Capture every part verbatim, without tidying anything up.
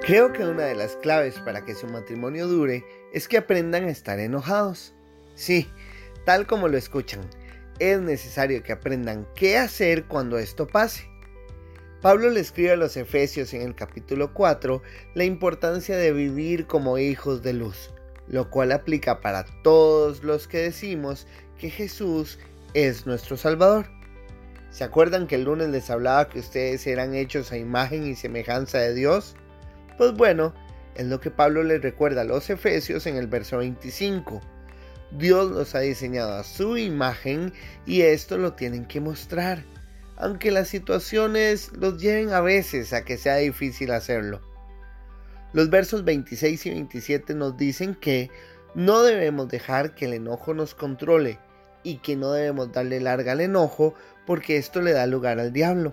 Creo que una de las claves para que su matrimonio dure es que aprendan a estar enojados. Sí, tal como lo escuchan, es necesario que aprendan qué hacer cuando esto pase. Pablo le escribe a los Efesios en el capítulo cuatro la importancia de vivir como hijos de luz, lo cual aplica para todos los que decimos que Jesús es nuestro Salvador. ¿Se acuerdan que el lunes les hablaba que ustedes eran hechos a imagen y semejanza de Dios? Pues bueno, es lo que Pablo les recuerda a los Efesios en el verso veinticinco. Dios los ha diseñado a su imagen y esto lo tienen que mostrar, aunque las situaciones los lleven a veces a que sea difícil hacerlo. Los versos veintiséis y veintisiete nos dicen que no debemos dejar que el enojo nos controle y que no debemos darle larga al enojo porque esto le da lugar al diablo.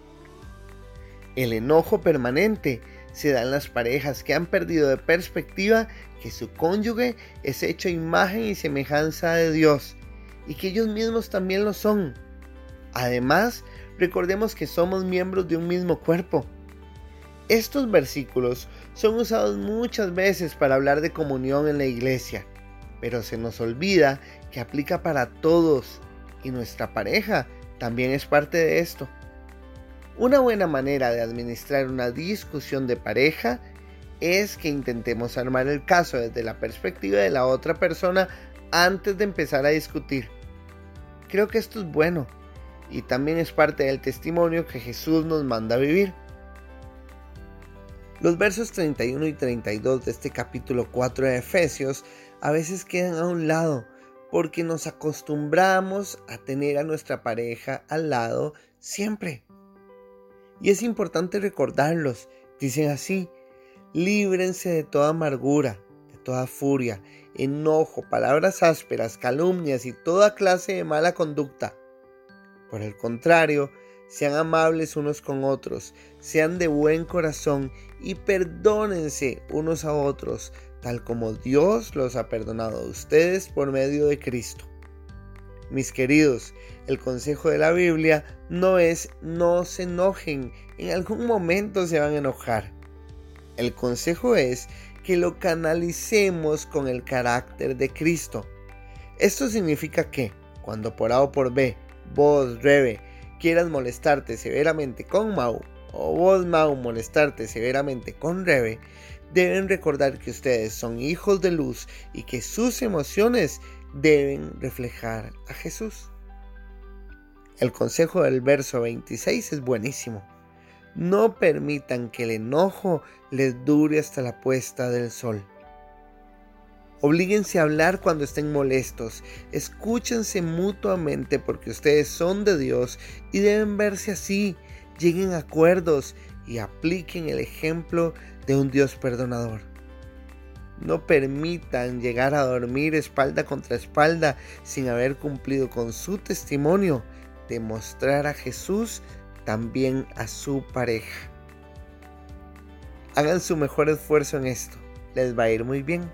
El enojo permanente se da en las parejas que han perdido de perspectiva que su cónyuge es hecho a imagen y semejanza de Dios y que ellos mismos también lo son. Además, recordemos que somos miembros de un mismo cuerpo. Estos versículos son usados muchas veces para hablar de comunión en la iglesia, pero se nos olvida que aplica para todos y nuestra pareja también es parte de esto. Una buena manera de administrar una discusión de pareja es que intentemos armar el caso desde la perspectiva de la otra persona antes de empezar a discutir. Creo que esto es bueno y también es parte del testimonio que Jesús nos manda a vivir. Los versos treinta y uno y treinta y dos de este capítulo cuatro de Efesios a veces quedan a un lado porque nos acostumbramos a tener a nuestra pareja al lado siempre. Y es importante recordarlos. Dicen así: líbrense de toda amargura, de toda furia, enojo, palabras ásperas, calumnias y toda clase de mala conducta. Por el contrario, sean amables unos con otros, sean de buen corazón y perdónense unos a otros, tal como Dios los ha perdonado a ustedes por medio de Cristo. Mis queridos, el consejo de la Biblia no es no se enojen, en algún momento se van a enojar. El consejo es que lo canalicemos con el carácter de Cristo. Esto significa que, cuando por A o por B, vos, Rebe, quieras molestarte severamente con Mau, o vos, Mau, molestarte severamente con Rebe, deben recordar que ustedes son hijos de luz y que sus emociones deben reflejar a Jesús. El consejo del verso veintiséis es buenísimo. No permitan que el enojo les dure hasta la puesta del sol. Oblíguense a hablar cuando estén molestos. Escúchense mutuamente porque ustedes son de Dios y deben verse así. Lleguen a acuerdos y apliquen el ejemplo de un Dios perdonador. No permitan llegar a dormir espalda contra espalda sin haber cumplido con su testimonio de mostrar a Jesús también a su pareja. Hagan su mejor esfuerzo en esto. Les va a ir muy bien.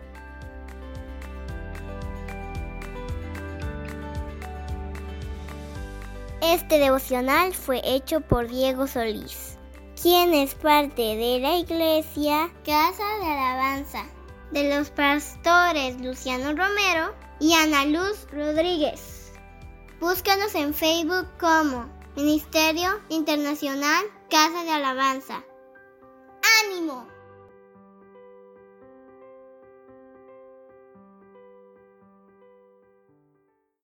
Este devocional fue hecho por Diego Solís, quien es parte de la iglesia Casa de Alabanza, de los pastores Luciano Romero y Ana Luz Rodríguez. Búscanos en Facebook como Ministerio Internacional Casa de Alabanza. ¡Ánimo!